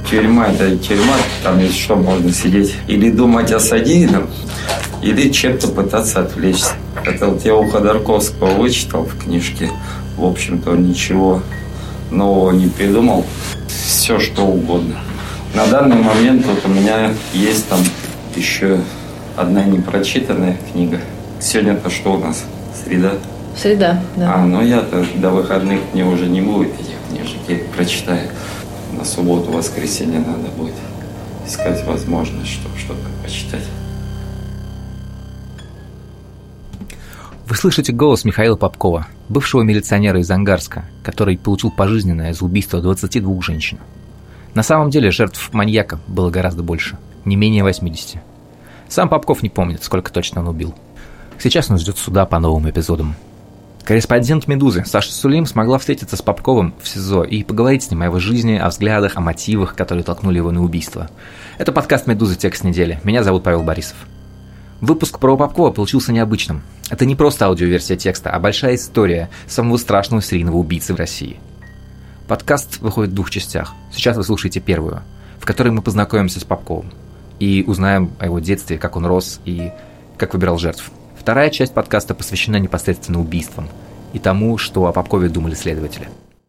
Тюрьма – это тюрьма, там есть что можно сидеть. Или думать о содеянном, или чем-то пытаться отвлечься. Это вот я у Ходорковского вычитал в книжке. В общем-то, он ничего нового не придумал. Все, что угодно. На данный момент вот у меня есть там еще одна непрочитанная книга. Сегодня-то что у нас? Среда? Среда, да. Ну я-то до выходных мне уже не будет этих книжек. Я их прочитаю. На субботу, воскресенье надо будет искать возможность, чтобы что-то почитать. Вы слышите голос Михаила Попкова, бывшего милиционера из Ангарска, который получил пожизненное за убийство 22 женщин. На самом деле жертв маньяка было гораздо больше, не менее 80. Сам Попков не помнит, сколько точно он убил. Сейчас он ждет суда по новым эпизодам. Корреспондент «Медузы» Саша Сулим смогла встретиться с Попковым в СИЗО и поговорить с ним о его жизни, о взглядах, о мотивах, которые толкнули его на убийство. Это подкаст «Медузы. Текст недели». Меня зовут Павел Борисов. Выпуск про Попкова получился необычным. Это не просто аудиоверсия текста, а большая история самого страшного серийного убийцы в России. Подкаст выходит в 2 частях. Сейчас вы слушаете первую, в которой мы познакомимся с Попковым и узнаем о его детстве, как он рос и как выбирал жертв. Вторая часть подкаста посвящена непосредственно убийствам и тому, что о Попкове думали следователи.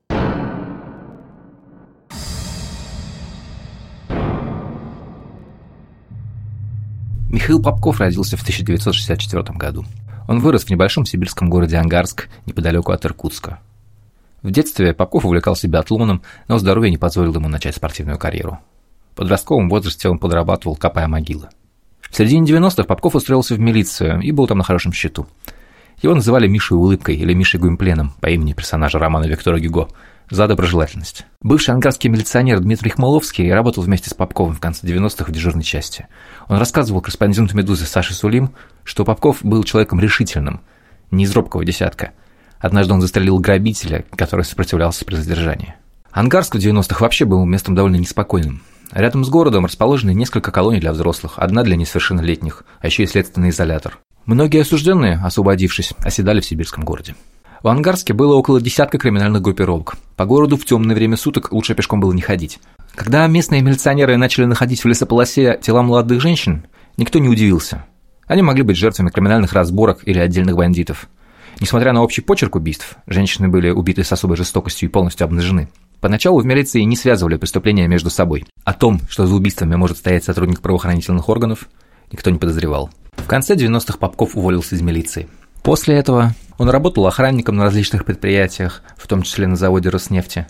Михаил Попков родился в 1964 году. Он вырос в небольшом сибирском городе Ангарск, неподалеку от Иркутска. В детстве Попков увлекался биатлоном, но здоровье не позволило ему начать спортивную карьеру. В подростковом возрасте он подрабатывал, копая могилы. В середине 90-х Попков устроился в милицию и был там на хорошем счету. Его называли Мишей Улыбкой или Мишей Гуимпленом по имени персонажа романа Виктора Гюго за доброжелательность. Бывший ангарский милиционер Дмитрий Хмеловский работал вместе с Попковым в конце 90-х в дежурной части. Он рассказывал корреспонденту «Медузы» Саше Сулим, что Попков был человеком решительным, не из робкого десятка. Однажды он застрелил грабителя, который сопротивлялся при задержании. Ангарск в 90-х вообще был местом довольно неспокойным. Рядом с городом расположены несколько колоний для взрослых, одна для несовершеннолетних, а еще и следственный изолятор. Многие осужденные, освободившись, оседали в сибирском городе. В Ангарске было около десятка криминальных группировок. По городу в темное время суток лучше пешком было не ходить. Когда местные милиционеры начали находить в лесополосе тела молодых женщин, никто не удивился. Они могли быть жертвами криминальных разборок или отдельных бандитов. Несмотря на общий почерк убийств, женщины были убиты с особой жестокостью и полностью обнажены. Поначалу в милиции не связывали преступления между собой. О том, что за убийствами может стоять сотрудник правоохранительных органов, никто не подозревал. В конце 90-х Попков уволился из милиции. После этого он работал охранником на различных предприятиях, в том числе на заводе Роснефти,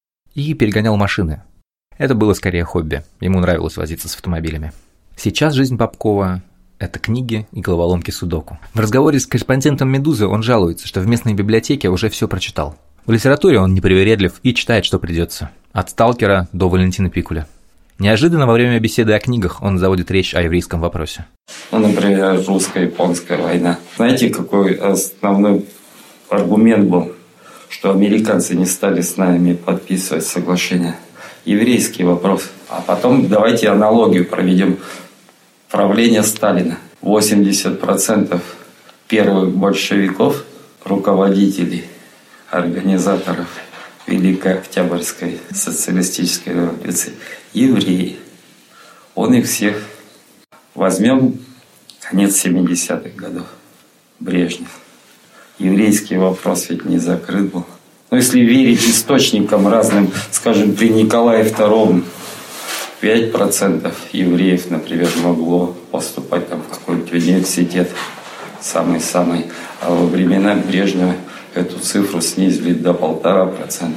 и перегонял машины. Это было скорее хобби, ему нравилось возиться с автомобилями. Сейчас жизнь Попкова – это книги и головоломки судоку. В разговоре с корреспондентом «Медузы» он жалуется, что в местной библиотеке уже все прочитал. В литературе он непривередлив и читает, что придется. От «Сталкера» до Валентина Пикуля. Неожиданно во время беседы о книгах он заводит речь о еврейском вопросе. Например, русско-японская война. Знаете, какой основной аргумент был, что американцы не стали с нами подписывать соглашение? Еврейский вопрос. А потом давайте аналогию проведем. Правление Сталина. 80% первых большевиков, руководителей, организаторов Великой Октябрьской социалистической революции, евреи. Он их всех. Возьмем конец 70-х годов. Брежнев. Еврейский вопрос ведь не закрыт был. Но если верить источникам разным, скажем, при Николае II 5% евреев, например, могло поступать там в какой-нибудь университет, самый-самый. А во времена Брежнева эту цифру снизили до 1,5%.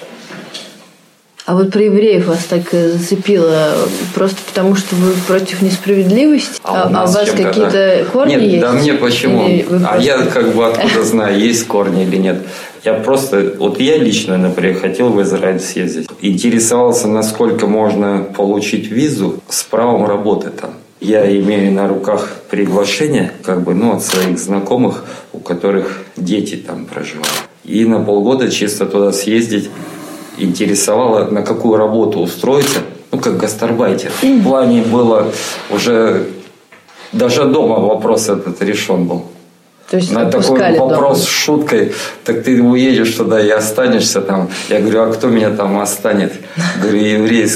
А вот про евреев вас так зацепило просто потому, что вы против несправедливости? А у вас какие-то корни есть? Нет, да мне почему? Я как бы откуда знаю, есть корни или нет. Я просто, вот я лично, например, хотел в Израиль съездить. Интересовался, насколько можно получить визу с правом работы там. Я имею на руках приглашение, от своих знакомых, у которых дети там проживают. И на полгода чисто туда съездить. Интересовало, на какую работу устроиться, как гастарбайтер. В плане было уже, даже дома вопрос этот решен был. То есть на такой вопрос с шуткой, так ты уедешь туда и останешься там. Я говорю, а кто меня там останет? Говорю, еврейская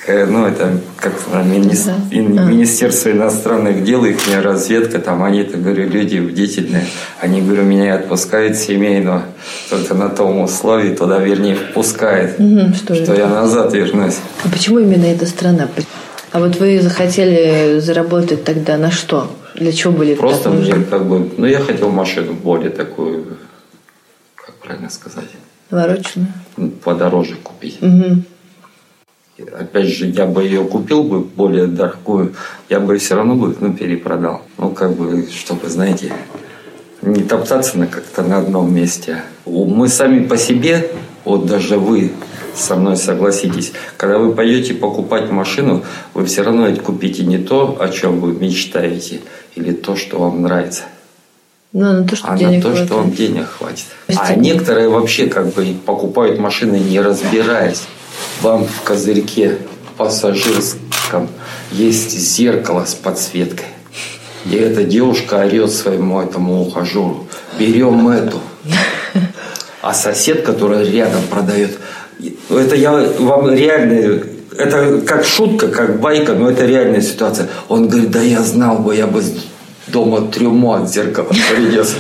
это как Министерство иностранных дел, их разведка, там они-то, говорю, люди бдительные. Они, говорю, меня отпускают семейного, только на том условии, туда, вернее, впускает, что я назад вернусь. А почему именно эта страна? А вот вы захотели заработать тогда на что? Для чего были? Просто мне я хотел машину более такую, как правильно сказать? Навороченную? Подороже купить. Угу. Опять же, я бы ее купил бы более дорогую, я бы все равно перепродал. Чтобы, знаете, не топтаться как-то на одном месте. Мы сами по себе, даже вы со мной согласитесь, когда вы пойдете покупать машину, вы все равно ведь купите не то, о чем вы мечтаете, или то, что вам нравится. На то, что вам денег хватит. А некоторые вообще покупают машины, не разбираясь. Вам в козырьке пассажирском есть зеркало с подсветкой. И эта девушка орет своему этому ухажеру: берем эту. А сосед, который рядом продает, это я вам реально, это как шутка, как байка, но это реальная ситуация. Он говорит: да я знал бы, я бы дома трюмо от зеркала принес.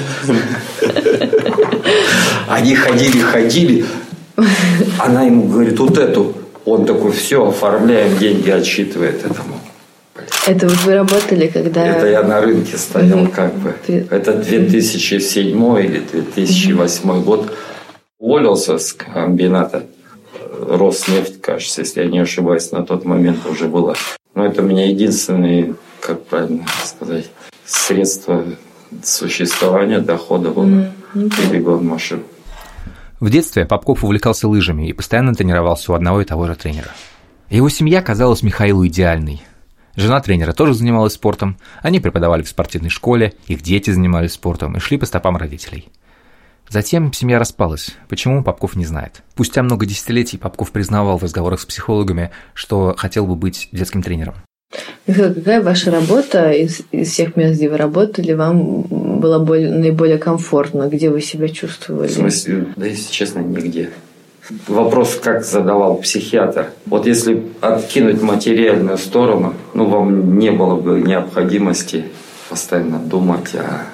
Они ходили. Она ему говорит: вот эту. Он такой: все, оформляем, деньги отсчитывает этому. Это вот вы работали, когда... Это я на рынке стоял, Это 2007 или 2008 год. Уволился с комбината. Роснефть, кажется, если я не ошибаюсь, на тот момент уже было. Но это у меня единственное, как правильно сказать, средство существования, дохода было. Перегон машин. В детстве Попков увлекался лыжами и постоянно тренировался у одного и того же тренера. Его семья казалась Михаилу идеальной. Жена тренера тоже занималась спортом, они преподавали в спортивной школе, их дети занимались спортом и шли по стопам родителей. Затем семья распалась. Почему, Попков не знает. Спустя много десятилетий Попков признавал в разговорах с психологами, что хотел бы быть детским тренером. Михаил, какая ваша работа из всех мест, где вы работали, вам была наиболее комфортна? Где вы себя чувствовали? В смысле, да, если честно, нигде. Вопрос, как задавал психиатр. Вот если откинуть материальную сторону, вам не было бы необходимости постоянно думать,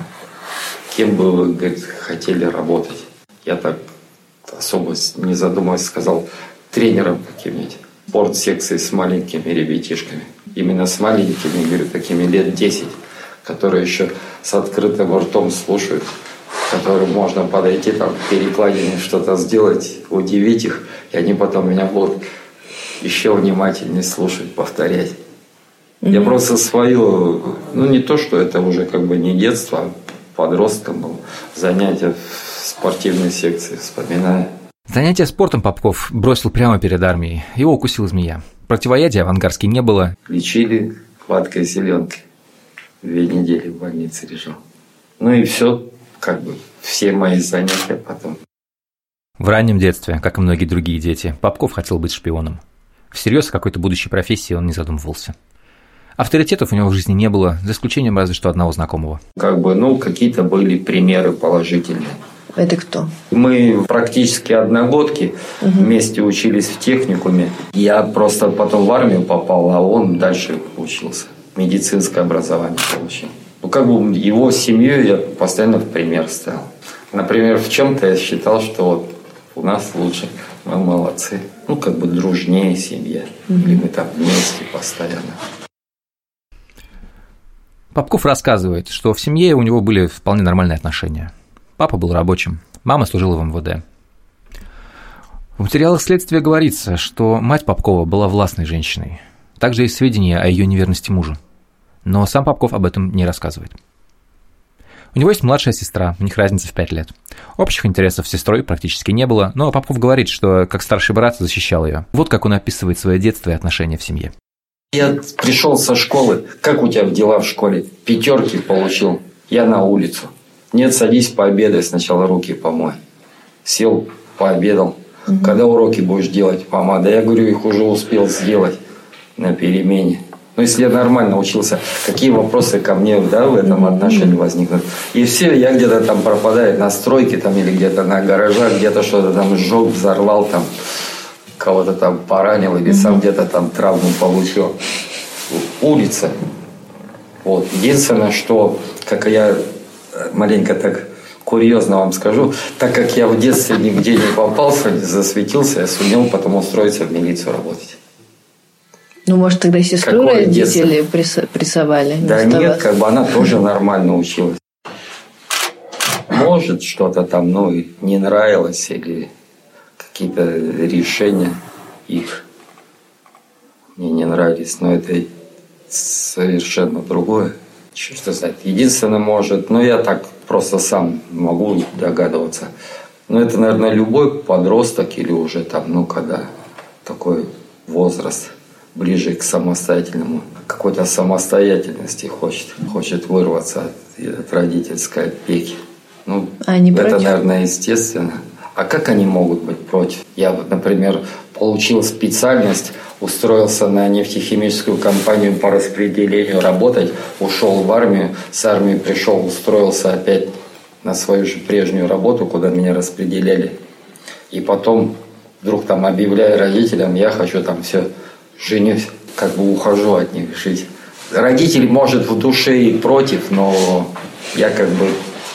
кем бы вы, говорит, хотели работать. Я так особо не задумываясь сказал: тренером каким-нибудь. Спортсекции с маленькими ребятишками. Именно с маленькими, говорю, такими лет 10, которые еще с открытым ртом слушают, которым можно подойти, там, в перекладине что-то сделать, удивить их, и они потом меня будут еще внимательнее слушать, повторять. Я просто свое, не то, что это уже не детство, а подростком был, занятия в спортивной секции, вспоминаю. Занятия спортом Попков бросил прямо перед армией. Его укусила змея. Противоядия в Ангарске не было. Лечили ваткой зеленкой. 2 недели в больнице лежал. И все, все мои занятия потом. В раннем детстве, как и многие другие дети, Попков хотел быть шпионом. Всерьез о какой-то будущей профессии он не задумывался. Авторитетов у него в жизни не было, за исключением разве что одного знакомого. Какие-то были примеры положительные. Это кто? Мы практически одногодки, вместе учились в техникуме. Я просто потом в армию попал, а он дальше учился. Медицинское образование получил. Его семью я постоянно в пример ставил. Например, в чем-то я считал, что у нас лучше, мы молодцы. Дружнее семья. Или мы там вместе постоянно. Попков рассказывает, что в семье у него были вполне нормальные отношения. Папа был рабочим, мама служила в МВД. В материалах следствия говорится, что мать Попкова была властной женщиной. Также есть сведения о ее неверности мужу. Но сам Попков об этом не рассказывает. У него есть младшая сестра, у них разница в 5 лет. Общих интересов с сестрой практически не было, но Попков говорит, что как старший брат защищал ее. Вот как он описывает свое детство и отношения в семье. Я пришел со школы. Как у тебя дела в школе? 5 получил. Я на улицу. Нет, садись пообедай, сначала руки помой. Сел, пообедал. Когда уроки будешь делать, мама? Да я говорю, их уже успел сделать на перемене. Если я нормально учился, какие вопросы ко мне в этом отношении возникнут? И все, я где-то там пропадаю на стройке или где-то на гаражах, где-то что-то там сжег, взорвал там. кого-то там поранил или сам где-то там травму получил. Улица. Вот. Единственное, что, как я маленько так курьезно вам скажу, так как я в детстве нигде не попался, не засветился, я сумел потом устроиться в милицию работать. Ну, может, тогда сестру родители прессовали? Да нет, как бы она тоже нормально училась. Может, что-то там, не нравилось, или какие-то решения их мне не нравились, но это совершенно другое. Что знать. Единственное, может, я так просто сам могу догадываться. Это, наверное, любой подросток или уже там, когда такой возраст ближе к самостоятельному, какой-то самостоятельности хочет вырваться от родительской опеки. Они это, против? Наверное, естественно. А как они могут быть против? Я, например, получил специальность, устроился на нефтехимическую компанию по распределению работать, ушел в армию, с армии пришел, устроился опять на свою же прежнюю работу, куда меня распределяли. И потом вдруг там объявляю родителям, я хочу там все, женюсь, как бы ухожу от них жить. Родитель, может, в душе и против, но я как бы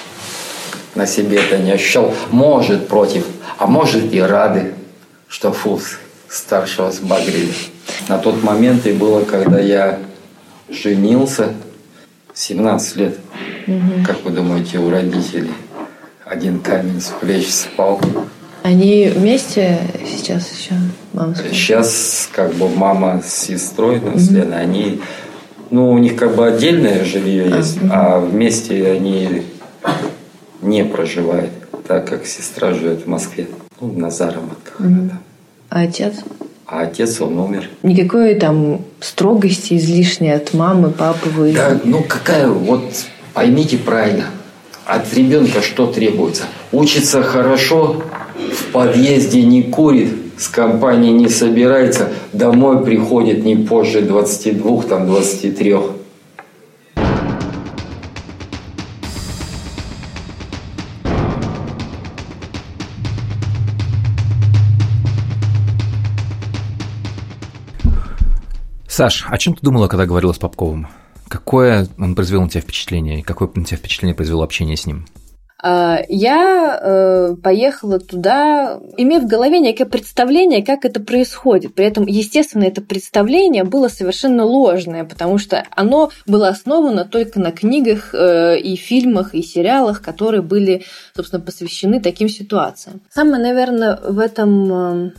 на себе это не ощущал. Может, против, а может и рады, что старшего сбагрили. На тот момент и было, когда я женился, 17 лет. Угу. Как вы думаете, у родителей один камень с плеч спал? Они вместе сейчас еще? Мама сейчас как бы мама с сестрой, с Леной, они, у них как бы отдельное жилье есть, а вместе они не проживают, так как сестра живет в Москве, на заработках. А отец? А отец, он умер. Никакой там строгости излишней от мамы, папы вы? Да, какая, поймите правильно, от ребенка что требуется? Учится хорошо, в подъезде не курит, с компанией не собирается, домой приходит не позже 22, 23. Саш, о чем ты думала, когда говорила с Попковым? Какое он произвел на тебя впечатление? И какое на тебя впечатление произвело общение с ним? Я поехала туда, имея в голове некое представление, как это происходит. При этом, естественно, это представление было совершенно ложное, потому что оно было основано только на книгах и фильмах, и сериалах, которые были, собственно, посвящены таким ситуациям. Самое, наверное, в этом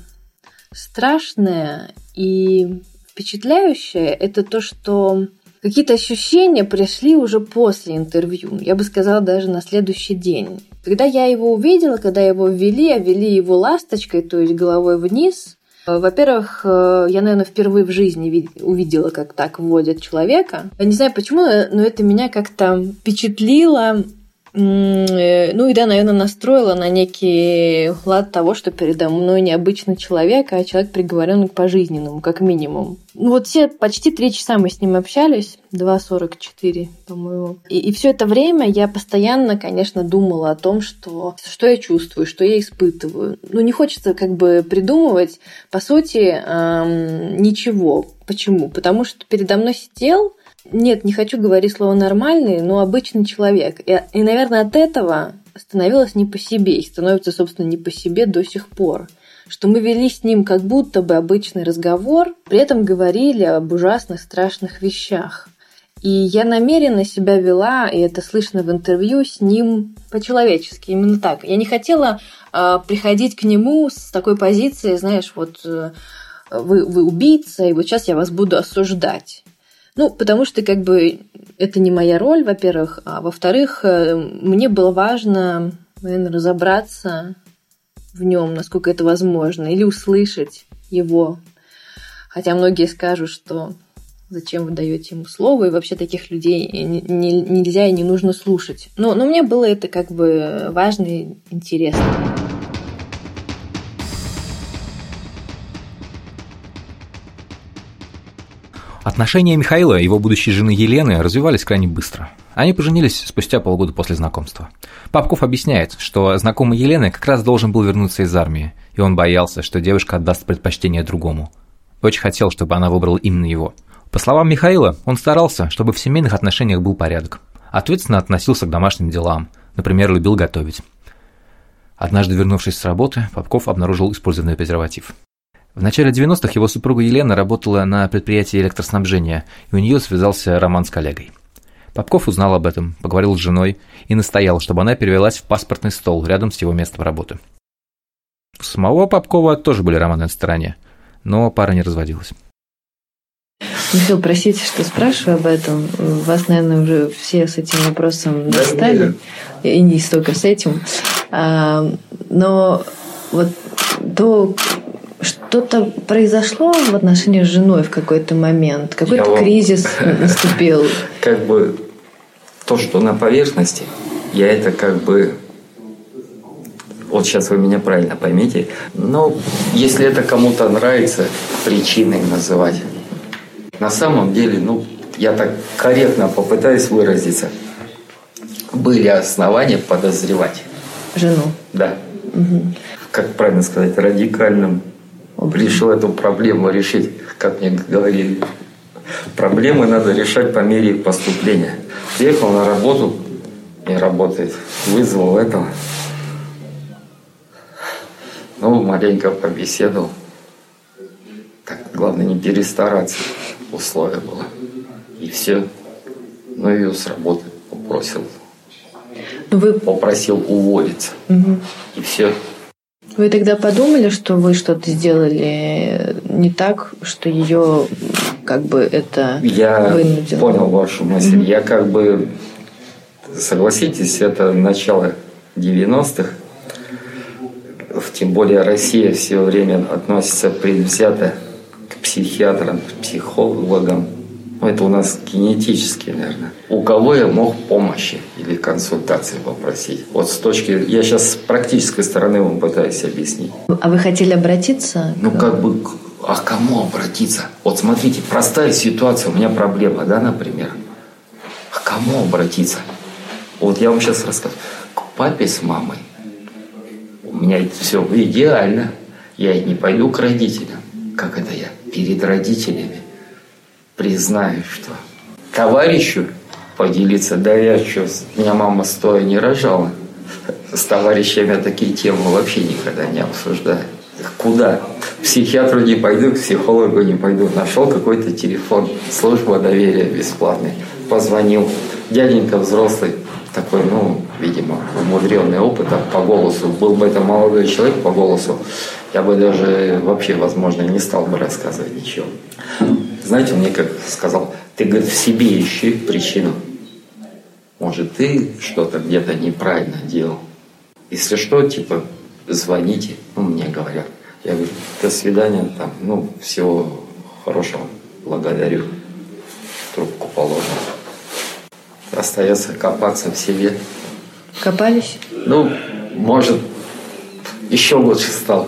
страшное и впечатляющее – это то, что какие-то ощущения пришли уже после интервью. Я бы сказала, даже на следующий день. Когда я его увидела, когда его ввели его ласточкой, то есть головой вниз. Во-первых, я, наверное, впервые в жизни увидела, как так вводят человека. Я не знаю почему, но это меня как-то впечатлило. И да, наверное, настроила на некий лад того, что передо мной не обычный человек, а человек, приговоренный к пожизненному, как минимум. Все почти 3 часа мы с ним общались, 2:44, по-моему. И все это время я постоянно, конечно, думала о том, что я чувствую, что я испытываю. Не хочется как бы придумывать, по сути, ничего. Почему? Потому что передо мной сидел... Нет, не хочу говорить слово «нормальный», но обычный человек. И, наверное, от этого становилось не по себе. И становится, собственно, не по себе до сих пор. Что мы вели с ним как будто бы обычный разговор, при этом говорили об ужасных, страшных вещах. И я намеренно себя вела, и это слышно в интервью, с ним по-человечески, именно так. Я не хотела приходить к нему с такой позиции, знаешь, вы убийца, и сейчас я вас буду осуждать. Потому что как бы это не моя роль, во-первых, а во-вторых, мне было важно, наверное, разобраться в нем, насколько это возможно, или услышать его. Хотя многие скажут, что зачем вы даете ему слово, и вообще таких людей нельзя и не нужно слушать. Но мне было это как бы важно и интересно. Отношения Михаила и его будущей жены Елены развивались крайне быстро. Они поженились спустя полгода после знакомства. Попков объясняет, что знакомый Елены как раз должен был вернуться из армии, и он боялся, что девушка отдаст предпочтение другому. Очень хотел, чтобы она выбрала именно его. По словам Михаила, он старался, чтобы в семейных отношениях был порядок. Ответственно относился к домашним делам, например, любил готовить. Однажды, вернувшись с работы, Попков обнаружил использованный презерватив. В начале 90-х его супруга Елена работала на предприятии электроснабжения, и у нее связался роман с коллегой. Попков узнал об этом, поговорил с женой и настоял, чтобы она перевелась в паспортный стол рядом с его местом работы. У самого Попкова тоже были романы на стороне, но пара не разводилась. Михаил, простите, что спрашиваю об этом. Вас, наверное, уже все с этим вопросом достали. И не столько с этим. Но вот что-то произошло в отношениях с женой в какой-то момент? Какой-то кризис наступил? Как бы то, что на поверхности, я это как бы... Вот сейчас вы меня правильно поймите. Но если это кому-то нравится, причиной называть. На самом деле, я так корректно попытаюсь выразиться. Были основания подозревать. Жену? Да. Угу. Как правильно сказать, радикальным. Решил эту проблему решить, как мне говорили. Проблемы надо решать по мере их поступления. Приехал на работу, и работает. Вызвал этого. Маленько побеседовал. Так, главное, не перестараться. Условие было. И все. Ее с работы попросил. Попросил уволиться. Угу. И все. Вы тогда подумали, что вы что-то сделали не так, что ее как бы это вынудило? Я понял вашу мысль. Угу. Я как бы, согласитесь, это начало 90-х. Тем более Россия все время относится предвзято к психиатрам, к психологам. Это у нас генетически, наверное. У кого я мог помощи или консультации попросить? Вот с точки... Я сейчас с практической стороны вам пытаюсь объяснить. А вы хотели обратиться? А к кому обратиться? Вот смотрите, простая ситуация, у меня проблема, да, например. А к кому обратиться? Вот я вам сейчас расскажу. К папе с мамой. У меня это все идеально. Я не пойду к родителям. Как это я? Перед родителями признаю, что товарищу поделиться, да я что, меня мама стоя не рожала. С товарищами я такие темы вообще никогда не обсуждаю. Куда? К психиатру не пойду, к психологу не пойду. Нашел какой-то телефон, служба доверия бесплатный. Позвонил. Дяденька взрослый, такой, видимо, умудренный опытом по голосу. Был бы это молодой человек по голосу, я бы даже вообще, возможно, не стал бы рассказывать ничего. Знаете, мне как сказал, ты, говорит, в себе ищи причину. Может, ты что-то где-то неправильно делал. Если что, звоните, мне говорят. Я говорю, до свидания, всего хорошего, благодарю. Трубку положим. Остается копаться в себе. Копались? Может, еще лучше стал.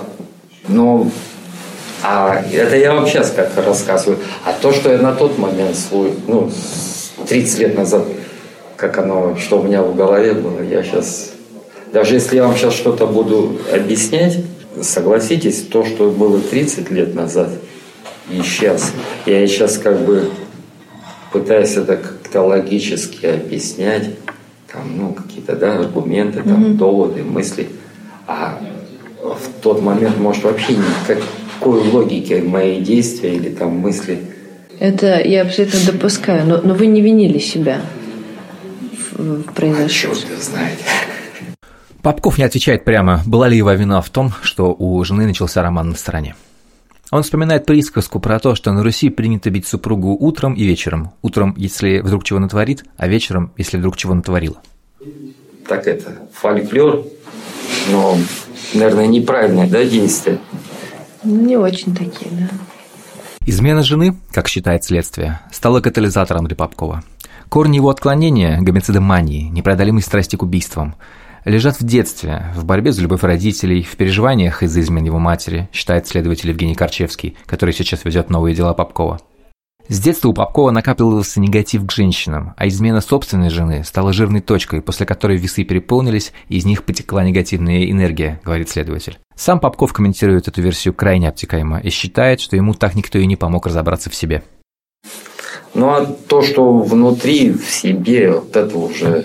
А это я вам сейчас как рассказываю. А то, что я на тот момент, 30 лет назад, что у меня в голове было, я сейчас... Даже если я вам сейчас что-то буду объяснять, согласитесь, то, что было 30 лет назад и сейчас, я сейчас пытаюсь это как-то логически объяснять, какие-то, аргументы, доводы, мысли. А в тот момент, может, вообще никакой логики мои действия или мысли. Это я абсолютно допускаю, но вы не винили себя в произошедшем. Черт его знает. Попков не отвечает прямо, была ли его вина в том, что у жены начался роман на стороне. Он вспоминает присказку про то, что на Руси принято бить супругу утром и вечером. Утром, если вдруг чего натворит, а вечером, если вдруг чего натворила. Так это фольклор, но, наверное, неправильное, действие. Не очень такие, да. Измена жены, как считает следствие, стала катализатором для Попкова. Корни его отклонения, гомицидомании, непреодолимой страсти к убийствам лежат в детстве, в борьбе за любовь родителей, в переживаниях из-за измен его матери, считает следователь Евгений Корчевский, который сейчас ведет новые дела Попкова. С детства у Попкова накапливался негатив к женщинам, а измена собственной жены стала жирной точкой, после которой весы переполнились, и из них потекла негативная энергия, говорит следователь. Сам Попков комментирует эту версию крайне обтекаемо и считает, что ему так никто и не помог разобраться в себе. Ну а то, что внутри, в себе, вот это уже...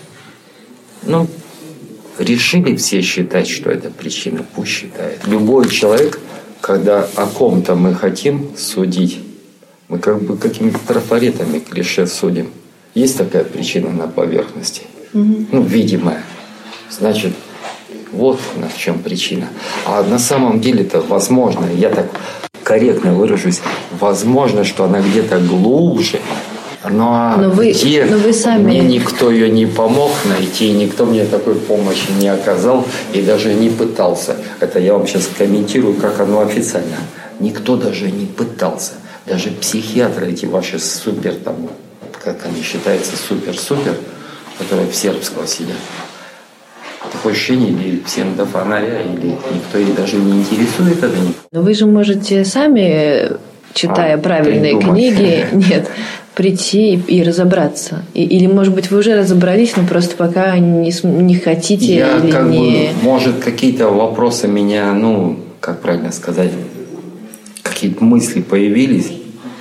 решили все считать, что это причина, пусть считает. Любой человек, когда о ком-то мы хотим судить, мы как бы какими-то трафаретами, клише судим. Есть такая причина на поверхности? Видимая. Значит, вот в чем причина. А на самом деле-то, возможно, я так корректно выражусь, возможно, что она где-то глубже. Но вы сами... Мне никто ее не помог найти, никто мне такой помощи не оказал и даже не пытался. Это я вам сейчас комментирую, как оно официально. Никто даже не пытался. Даже психиатры эти ваши супер, там, как они считаются, супер-супер, которые в сербского сидят. Такое ощущение, или всем до фонаря, или никто их даже не интересует это. Но вы же можете сами, читая правильные книги, прийти и разобраться. Или, может быть, вы уже разобрались, но просто пока не хотите или не... Может, какие-то вопросы меня, как правильно сказать, какие-то мысли появились,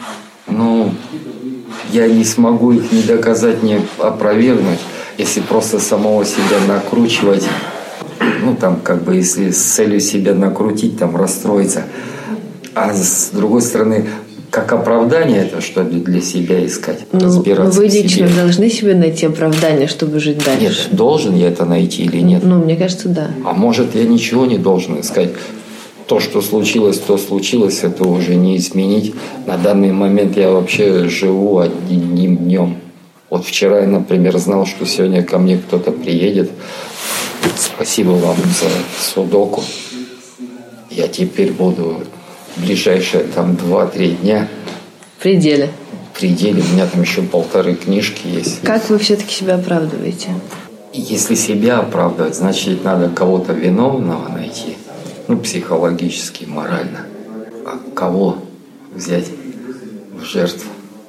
я не смогу их ни доказать, ни опровергнуть, если просто самого себя накручивать, если с целью себя накрутить, расстроиться. А с другой стороны, как оправдание это, что ли, для себя искать, разбираться вы лично должны себе найти оправдание, чтобы жить дальше. Нет, должен я это найти или нет? Мне кажется, да. А может, я ничего не должен искать. То, что случилось, это уже не изменить. На данный момент я вообще живу одним днем. Вот вчера я, например, знал, что сегодня ко мне кто-то приедет. Спасибо вам за судоку. Я теперь буду ближайшие 2-3 дня в пределе. У меня там еще 1,5 книжки есть. Как вы все-таки себя оправдываете? Если себя оправдывать, значит, надо кого-то виновного найти. Психологически, морально. А кого взять в жертву?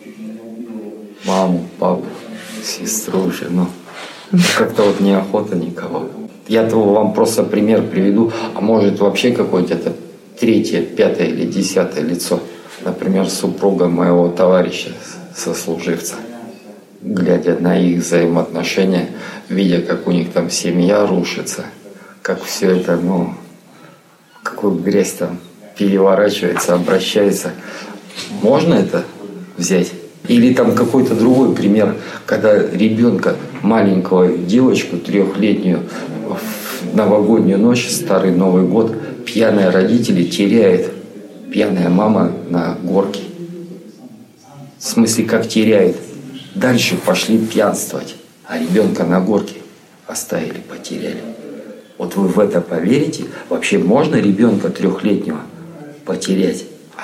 Маму, папу, сестру, жену. Как-то неохота никого. Я вам просто пример приведу. А может вообще какое-то 3-е, 5-е или 10-е лицо. Например, супруга моего товарища, сослуживца. Глядя на их взаимоотношения, видя, как у них там семья рушится, как все это, какую грязь там переворачивается, обращается. Можно это взять? Или там какой-то другой пример, когда ребенка, маленького девочку 3-летнюю, в новогоднюю ночь, старый Новый год, пьяные родители теряет. Пьяная мама на горке. В смысле, как теряет? Дальше пошли пьянствовать, а ребенка на горке оставили, потеряли. Вот вы в это поверите? Вообще можно ребенка 3-летнего потерять?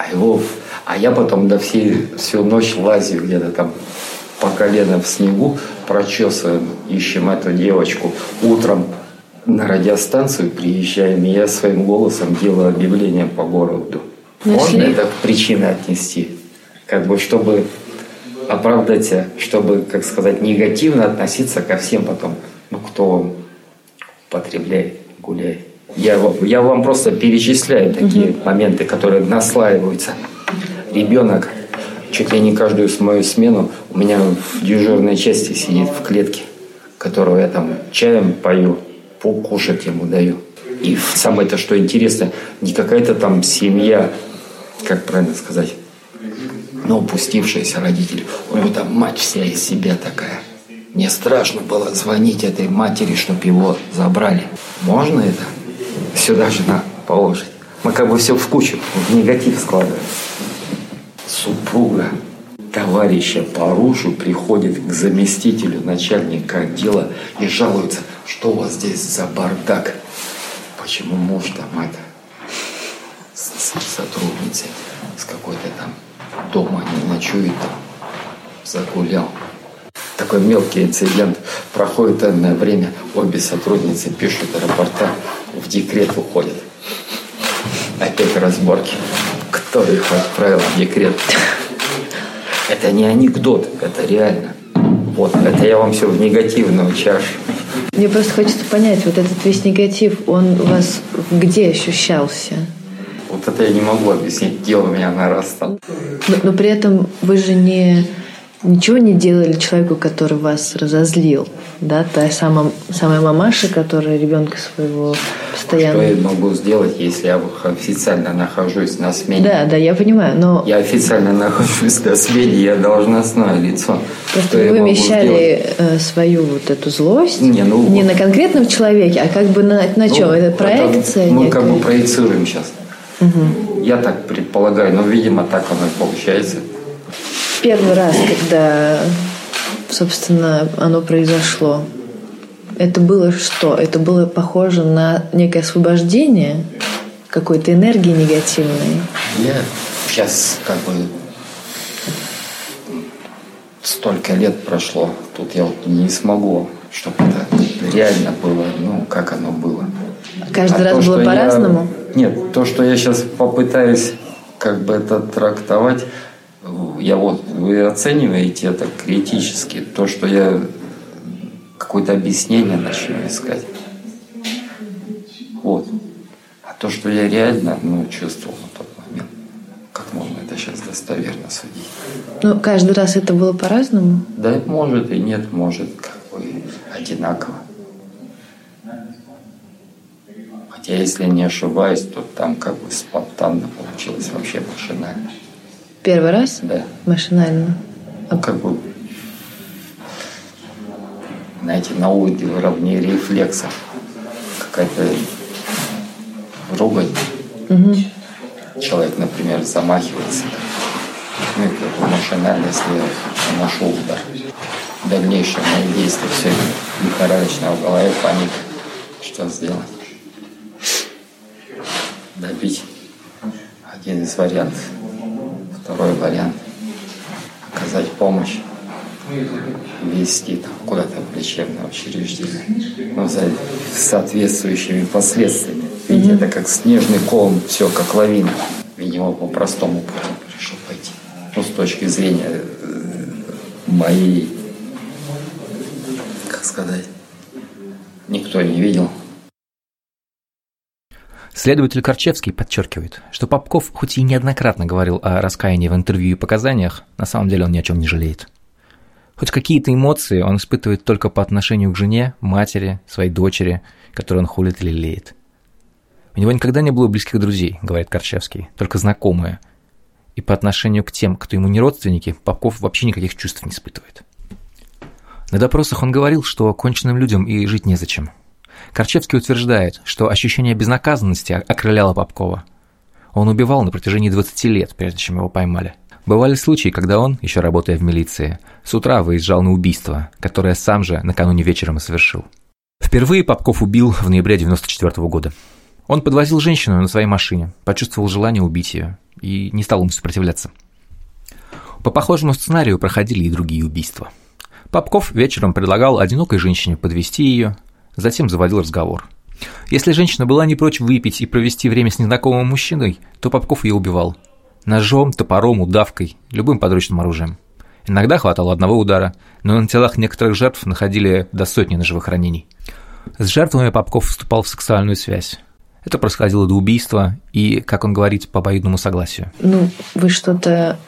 А я потом всю ночь лазю где-то там по колено в снегу, прочесываем, ищем эту девочку. Утром на радиостанцию приезжаем, и я своим голосом делаю объявление по городу. Можно это к причине отнести? Чтобы оправдать, чтобы, негативно относиться ко всем потом, кто потребляет, гуляет. Я вам просто перечисляю такие моменты, которые наслаиваются. Ребенок чуть ли не каждую мою смену у меня в дежурной части сидит в клетке, которую я там чаем пою, кушать ему даю. И самое-то, что интересно, не какая-то там семья, как правильно сказать, упустившиеся родители. У него там мать вся из себя такая. Мне страшно было звонить этой матери, чтобы его забрали. Можно это сюда же положить? Мы все в кучу, в негатив складываем. Супруга товарища по оружию приходит к заместителю начальника отдела и жалуется, что у вас здесь за бардак. Почему муж там с сотрудницей, с какой-то там дома не ночует, там загулял. Такой мелкий инцидент. Проходит энное время, обе сотрудницы пишут рапорта, в декрет уходят. Опять разборки. Кто их отправил в декрет? Это не анекдот, это реально. Вот, это я вам все в негативную чашу. Мне просто хочется понять, вот этот весь негатив, он у вас где ощущался? Вот это я не могу объяснить, где у меня нарастал. Но при этом вы же ничего не делали человеку, который вас разозлил, да? Та самая мамаша, которая ребенка своего постоянно... Что я могу сделать, если я официально нахожусь на смене? Да, я понимаю, но... Я официально нахожусь на смене, я должностное лицо. Просто вы вымещали свою вот эту злость не на конкретном человеке, а как бы на чем? Это проекция? Мы как бы проецируем сейчас. Угу. Я так предполагаю, но, видимо, так оно и получается. Первый раз, когда, собственно, оно произошло, это было что? Это было похоже на некое освобождение какой-то энергии негативной? Я сейчас как бы столько лет прошло, тут я вот не смогу, чтобы это реально было, как оно было. Каждый раз было по-разному? Нет, то, что я сейчас попытаюсь как бы это трактовать, вы оцениваете это критически, то, что я какое-то объяснение начну искать. Вот. А то, что я реально чувствовал на тот момент, как можно это сейчас достоверно судить? Каждый раз это было по-разному? Да, может и нет, может как бы одинаково. Хотя, если не ошибаюсь, то там как бы спонтанно получилось, вообще машинально. Первый раз? Да. Машинально? Как бы, знаете, на уровне рефлексов. Какая-то ругань. Угу. Человек, например, замахивается. И как бы машинально, если я нашел удар. Дальнейшее мои действия, все лихорадочно в голове, паника. Что сделать? Добить. Один из вариантов. Второй вариант. Оказать помощь. Вести куда-то в лечебное учреждение. За соответствующими последствиями. Ведь это как снежный ком, все как лавина. Видимо, по простому пути решил пойти. С точки зрения моей, как сказать, никто не видел. Следователь Корчевский подчеркивает, что Попков хоть и неоднократно говорил о раскаянии в интервью и показаниях, на самом деле он ни о чем не жалеет. Хоть какие-то эмоции он испытывает только по отношению к жене, матери, своей дочери, которую он холит или лелеет. У него никогда не было близких друзей, говорит Корчевский, только знакомые. И по отношению к тем, кто ему не родственники, Попков вообще никаких чувств не испытывает. На допросах он говорил, что конченным людям и жить незачем. Корчевский утверждает, что ощущение безнаказанности окрыляло Попкова. Он убивал на протяжении 20 лет, прежде чем его поймали. Бывали случаи, когда он, еще работая в милиции, с утра выезжал на убийство, которое сам же накануне вечером и совершил. Впервые Попков убил в ноябре 1994 года. Он подвозил женщину на своей машине, почувствовал желание убить ее и не стал ему сопротивляться. По похожему сценарию проходили и другие убийства. Попков вечером предлагал одинокой женщине подвезти ее, затем заводил разговор. Если женщина была не прочь выпить и провести время с незнакомым мужчиной, то Попков ее убивал. Ножом, топором, удавкой, любым подручным оружием. Иногда хватало одного удара, но на телах некоторых жертв находили до сотни ножевых ранений. С жертвами Попков вступал в сексуальную связь. Это происходило до убийства и, как он говорит, по обоюдному согласию. Вы что-то...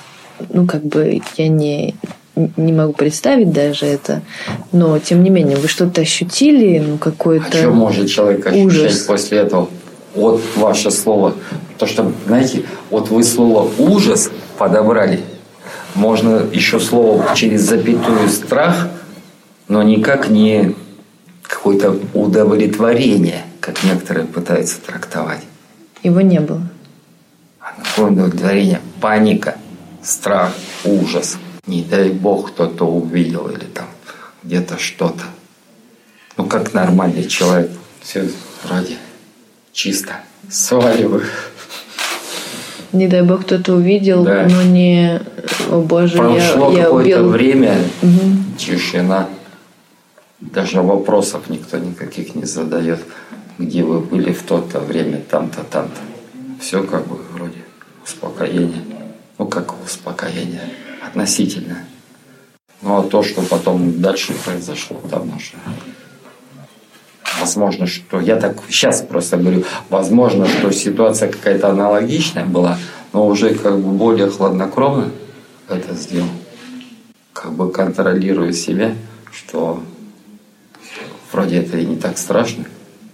я не могу представить даже это, но, тем не менее, вы что-то ощутили, какой-то ужас? А что может человек ощущать после этого? Вот ваше слово. То, что, знаете, вот вы слово «ужас» подобрали. Можно еще слово через запятую «страх», но никак не какое-то удовлетворение, как некоторые пытаются трактовать. Его не было? Какое удовлетворение? Паника, страх, ужас. Не дай бог кто-то увидел или там где-то что-то. Как нормальный человек. Все вроде чисто. Сваливаю. Не дай бог кто-то увидел, да. Но не... О боже, прошло я какое-то убил. время, тишина. Даже вопросов никто никаких не задает. Где вы были в то-то время, там-то, там-то. Все как бы вроде успокоение. Ну, как успокоение относительно. Ну, а то, что потом дальше произошло, давно же. Возможно, что... Я так сейчас просто говорю, возможно, что ситуация какая-то аналогичная была, но уже как бы более хладнокровно это сделал. Как бы контролируя себя, что вроде это и не так страшно.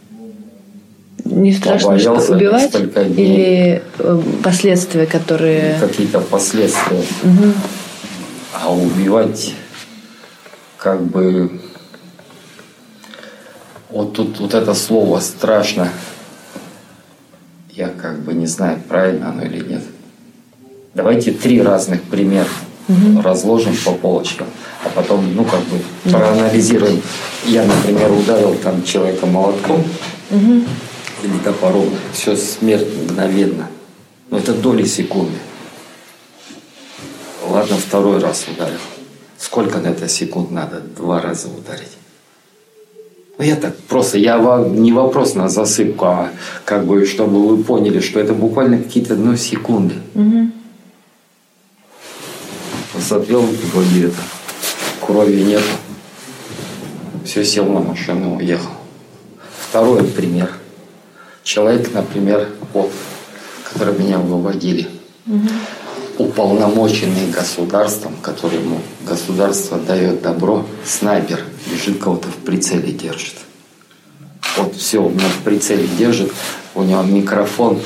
Не страшно, что убивать или последствия, которые... Какие-то последствия. Угу. А убивать как бы... Вот тут вот это слово «страшно». Я как бы не знаю, правильно оно или нет. Давайте 3 разных примера разложим по полочкам, а потом, ну, как бы проанализируем. Я, например, ударил там человека молотком или топором. Все, смерть мгновенно. Но это доли секунды. Ладно, 2-й раз ударил. Сколько на это секунд надо 2 раза ударить? Ну, я так просто, я вам не вопрос на засыпку, а как бы, чтобы вы поняли, что это буквально какие-то, ну, секунды. Затвел вроде это, крови нету. Все, сел на машину, уехал. 2-й пример. Человек, например, вот, который меня выводили, уполномоченный государством, которому государство дает добро, снайпер лежит, кого-то в прицеле держит. Вот все, он в прицеле держит, у него микрофон.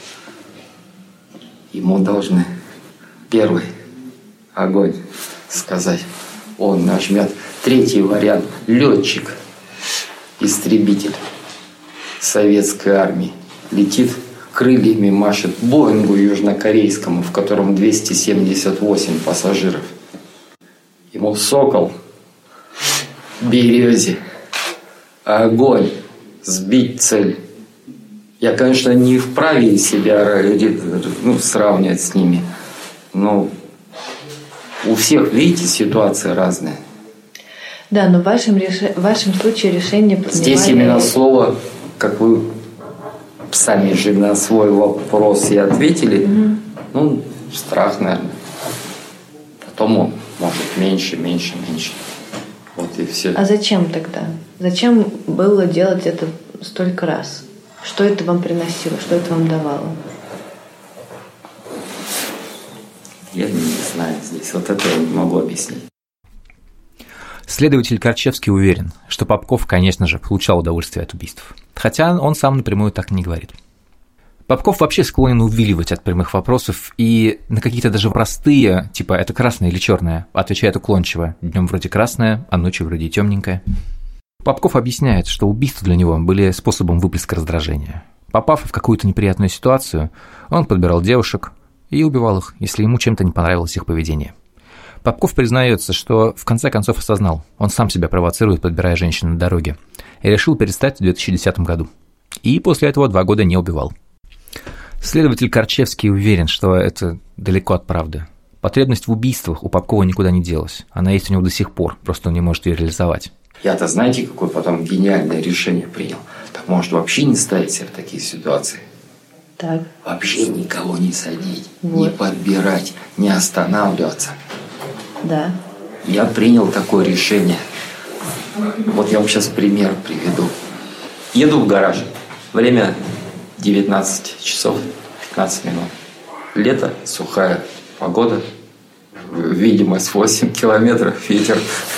Ему должны первый огонь сказать. Он нажмет. 3-й вариант. Летчик, истребитель советской армии летит, крыльями машет Боингу южнокорейскому, в котором 278 пассажиров. Ему «Сокол», «Березе», огонь, сбить цель. Я, конечно, не вправе себя сравнивать с ними, но у всех, видите, ситуации разные. Да, но в вашем случае решение принимали... Здесь именно слово, как вы сами же на свой вопрос и ответили, ну, страх, наверное. Потом он может меньше. Вот и все. А зачем тогда? Зачем было делать это столько раз? Что это вам приносило? Что это вам давало? Я не знаю здесь. Вот это я не могу объяснить. Следователь Корчевский уверен, что Попков, конечно же, получал удовольствие от убийств. Хотя он сам напрямую так не говорит. Попков вообще склонен увиливать от прямых вопросов и на какие-то даже простые, типа «это красное или черное», отвечает уклончиво. Днем вроде красное, а ночью вроде темненькое. Попков объясняет, что убийства для него были способом выплеска раздражения. Попав в какую-то неприятную ситуацию, он подбирал девушек и убивал их, если ему чем-то не понравилось их поведение. Попков признается, что в конце концов осознал, он сам себя провоцирует, подбирая женщин на дороге, и решил перестать в 2010 году. И после этого 2 года не убивал. Следователь Корчевский уверен, что это далеко от правды. Потребность в убийствах у Попкова никуда не делась. Она есть у него до сих пор, просто он не может ее реализовать. Я-то знаете, какое потом гениальное решение принял? Так может вообще не ставить себя в такие ситуации? Так. Вообще никого не садить, не подбирать, не останавливаться. Да. Я принял такое решение. Вот я вам сейчас пример приведу. Еду в гараж. Время 19 часов 15 минут. Лето, сухая погода. Видимость 8 километров, ветер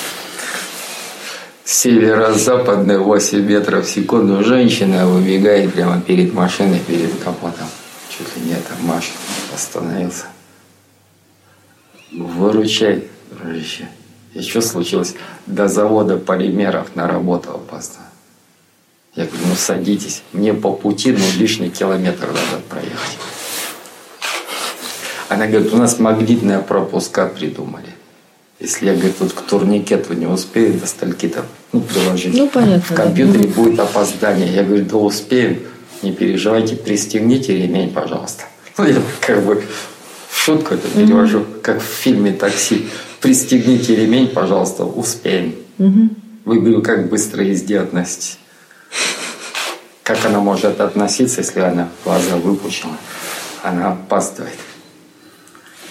северо-западный 8 метров в секунду. Женщина выбегает прямо перед машиной, перед капотом. Чуть ли не это машет. Остановился. Выручай, дружище. И что случилось? До завода полимеров наработал опасно. Я говорю, ну садитесь. Мне по пути, лишний километр надо проехать. Она говорит, у нас магнитные пропуска придумали. Если я, говорит, вот к турникету не успею до стальки-то приложить, понятно, в компьютере будет опоздание. Я говорю, да успеем, не переживайте, пристегните ремень, пожалуйста. Я как бы в шутку это перевожу, как в фильме «Такси». Пристегните ремень, пожалуйста, успеем. Вы, говорю, как быстро езде относитесь? Как она может относиться, если она глаза выпучила? Она опаздывает.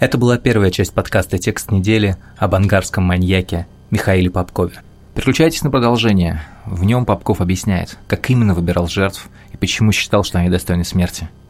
Это была первая часть подкаста «Текст недели» об ангарском маньяке Михаиле Попкове. Переключайтесь на продолжение. В нем Попков объясняет, как именно выбирал жертв и почему считал, что они достойны смерти.